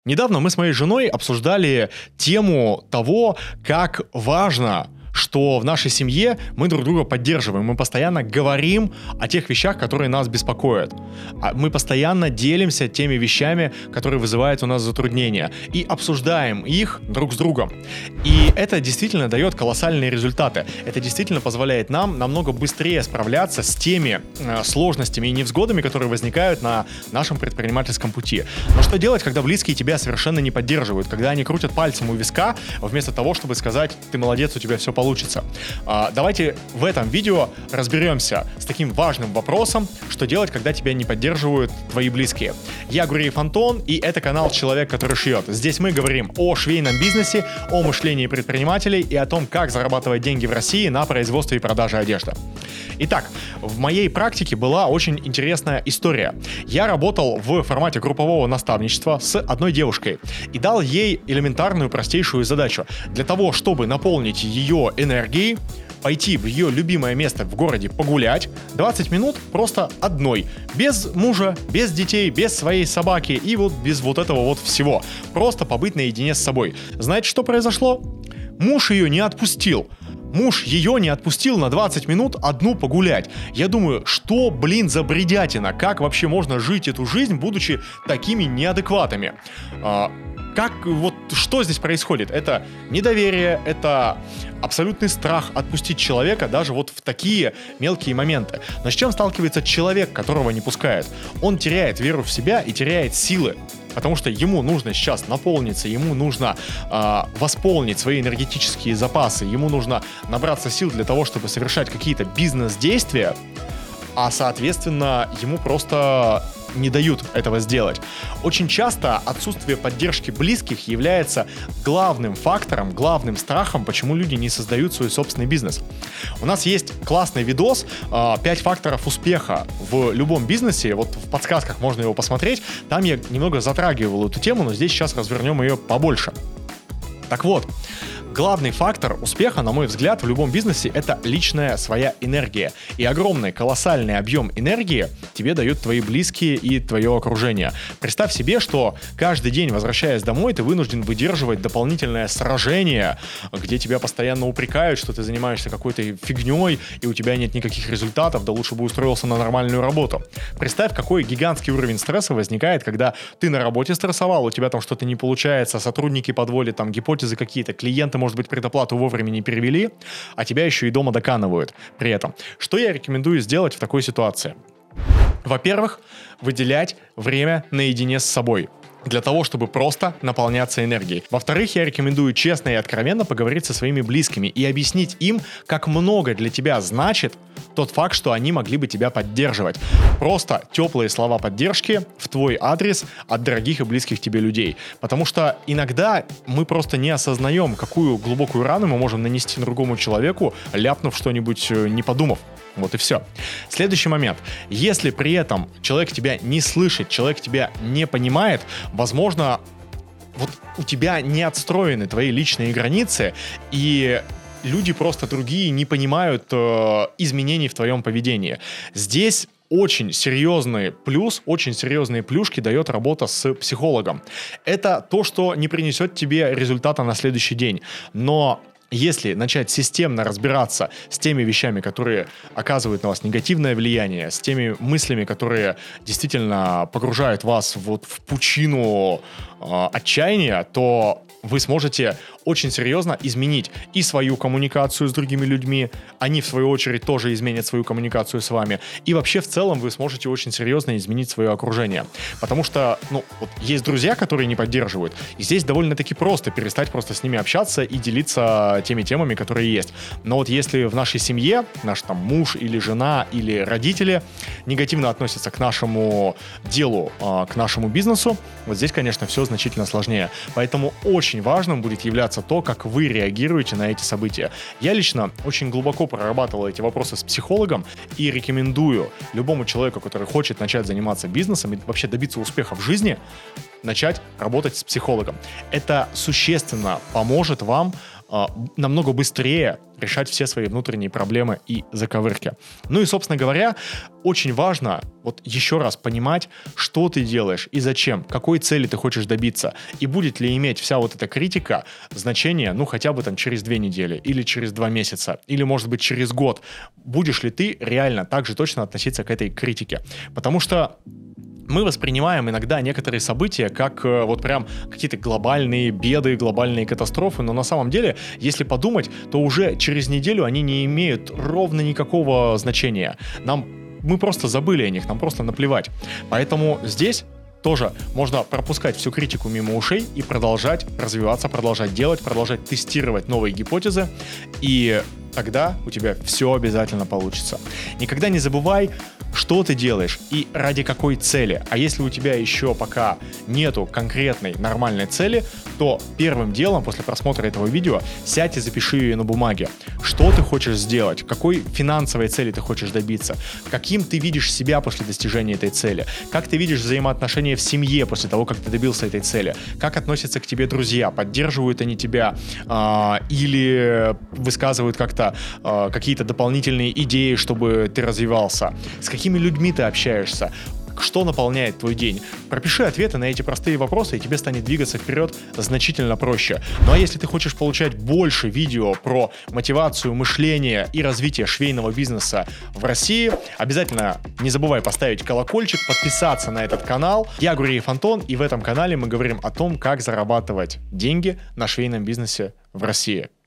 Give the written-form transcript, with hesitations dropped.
Недавно мы с моей женой обсуждали тему того, как важно, что в нашей семье мы друг друга поддерживаем. Мы постоянно говорим о тех вещах, которые нас беспокоят. Мы постоянно делимся теми вещами, которые вызывают у нас затруднения. И обсуждаем их друг с другом. И это действительно дает колоссальные результаты. Это действительно позволяет нам намного быстрее справляться с теми сложностями и невзгодами, которые возникают на нашем предпринимательском пути. Но что делать, когда близкие тебя совершенно не поддерживают? Когда они крутят пальцем у виска, вместо того, чтобы сказать: ты молодец, у тебя все получится. Давайте в этом видео разберемся с таким важным вопросом, что делать, когда тебя не поддерживают твои близкие. Я Гуреев Антон, и это канал «Человек, который шьет». Здесь мы говорим о швейном бизнесе, о мышлении предпринимателей и о том, как зарабатывать деньги в России на производстве и продаже одежды. Итак, в моей практике была очень интересная история. Я работал в формате группового наставничества с одной девушкой и дал ей элементарную, простейшую задачу. Для того, чтобы наполнить ее энергией, пойти в ее любимое место в городе погулять 20 минут просто одной, без мужа, без детей, без своей собаки и вот без вот этого вот всего. Просто побыть наедине с собой. Знаете, что произошло? Муж ее не отпустил. Муж ее не отпустил на 20 минут одну погулять. Я думаю, что, за бредятина? Как вообще можно жить эту жизнь, будучи такими неадекватами? Что здесь происходит? Это недоверие, это абсолютный страх отпустить человека даже вот в такие мелкие моменты. Но с чем сталкивается человек, которого не пускают? Он теряет веру в себя и теряет силы. Потому что ему нужно сейчас наполниться, ему нужно восполнить свои энергетические запасы, ему нужно набраться сил для того, чтобы совершать какие-то бизнес-действия, а, соответственно, ему просто не дают этого сделать. Очень часто отсутствие поддержки близких является главным фактором, главным страхом, почему люди не создают свой собственный бизнес. У нас есть классный видос «5 факторов успеха в любом бизнесе». Вот в подсказках можно его посмотреть. Там я немного затрагивал эту тему, но здесь сейчас развернем ее побольше. Так вот, главный фактор успеха, на мой взгляд, в любом бизнесе — это личная своя энергия. И огромный, колоссальный объем энергии тебе дают твои близкие и твое окружение. Представь себе, что каждый день, возвращаясь домой, ты вынужден выдерживать дополнительное сражение, где тебя постоянно упрекают, что ты занимаешься какой-то фигней, и у тебя нет никаких результатов, да лучше бы устроился на нормальную работу. Представь, какой гигантский уровень стресса возникает, когда ты на работе стрессовал, у тебя там что-то не получается, сотрудники подводят там гипотезы какие-то, клиенты, может быть, предоплату вовремя не перевели, а тебя еще и дома доканывают при этом. Что я рекомендую сделать в такой ситуации? Во-первых, выделять время наедине с собой, для того, чтобы просто наполняться энергией. Во-вторых, я рекомендую честно и откровенно поговорить со своими близкими и объяснить им, как много для тебя значит тот факт, что они могли бы тебя поддерживать. Просто теплые слова поддержки в твой адрес от дорогих и близких тебе людей. Потому что иногда мы просто не осознаем, какую глубокую рану мы можем нанести другому человеку, ляпнув что-нибудь, не подумав. Вот и все. Следующий момент. Если при этом человек тебя не слышит, человек тебя не понимает, возможно, вот у тебя не отстроены твои личные границы, и люди просто другие не понимают изменений в твоем поведении. Здесь очень серьезный плюс, очень серьезные плюшки дает работа с психологом. Это то, что не принесет тебе результата на следующий день, но если начать системно разбираться с теми вещами, которые оказывают на вас негативное влияние, с теми мыслями, которые действительно погружают вас вот в пучину отчаяния, то вы сможете очень серьезно изменить и свою коммуникацию с другими людьми, они в свою очередь тоже изменят свою коммуникацию с вами, и вообще в целом вы сможете очень серьезно изменить свое окружение. Потому что, есть друзья, которые не поддерживают, и здесь довольно-таки просто перестать просто с ними общаться и делиться теми темами, которые есть. Но вот если в нашей семье наш там муж или жена или родители негативно относятся к нашему делу, к нашему бизнесу, вот здесь, конечно, все значительно сложнее. Поэтому очень важным будет являться то, как вы реагируете на эти события. Я лично очень глубоко прорабатывал эти вопросы с психологом и рекомендую любому человеку, который хочет начать заниматься бизнесом и вообще добиться успеха в жизни, начать работать с психологом. Это существенно поможет вам намного быстрее решать все свои внутренние проблемы и заковырки. Ну и, собственно говоря, очень важно вот еще раз понимать, что ты делаешь и зачем, какой цели ты хочешь добиться, и будет ли иметь вся вот эта критика значение, ну, хотя бы там через 2 недели, или через 2 месяца, или, может быть, через год. Будешь ли ты реально так же точно относиться к этой критике? Потому что мы воспринимаем иногда некоторые события как вот прям какие-то глобальные беды, глобальные катастрофы, но на самом деле, если подумать, то уже через неделю они не имеют ровно никакого значения. Мы просто забыли о них, нам просто наплевать. Поэтому здесь тоже можно пропускать всю критику мимо ушей и продолжать развиваться, продолжать делать, продолжать тестировать новые гипотезы, и тогда у тебя все обязательно получится. Никогда не забывай, что ты делаешь и ради какой цели. А если у тебя еще пока нету конкретной нормальной цели, то первым делом после просмотра этого видео сядь и запиши ее на бумаге. Что ты хочешь сделать? Какой финансовой цели ты хочешь добиться? Каким ты видишь себя после достижения этой цели? Как ты видишь взаимоотношения в семье после того, как ты добился этой цели? Как относятся к тебе друзья? Поддерживают они тебя или высказывают как-то какие-то дополнительные идеи, чтобы ты развивался? С какими людьми ты общаешься? Что наполняет твой день? Пропиши ответы на эти простые вопросы, и тебе станет двигаться вперед значительно проще. Ну а если ты хочешь получать больше видео про мотивацию, мышление и развитие швейного бизнеса в России, обязательно не забывай поставить колокольчик, подписаться на этот канал. Я Гуреев Антон, и в этом канале мы говорим о том, как зарабатывать деньги на швейном бизнесе в России.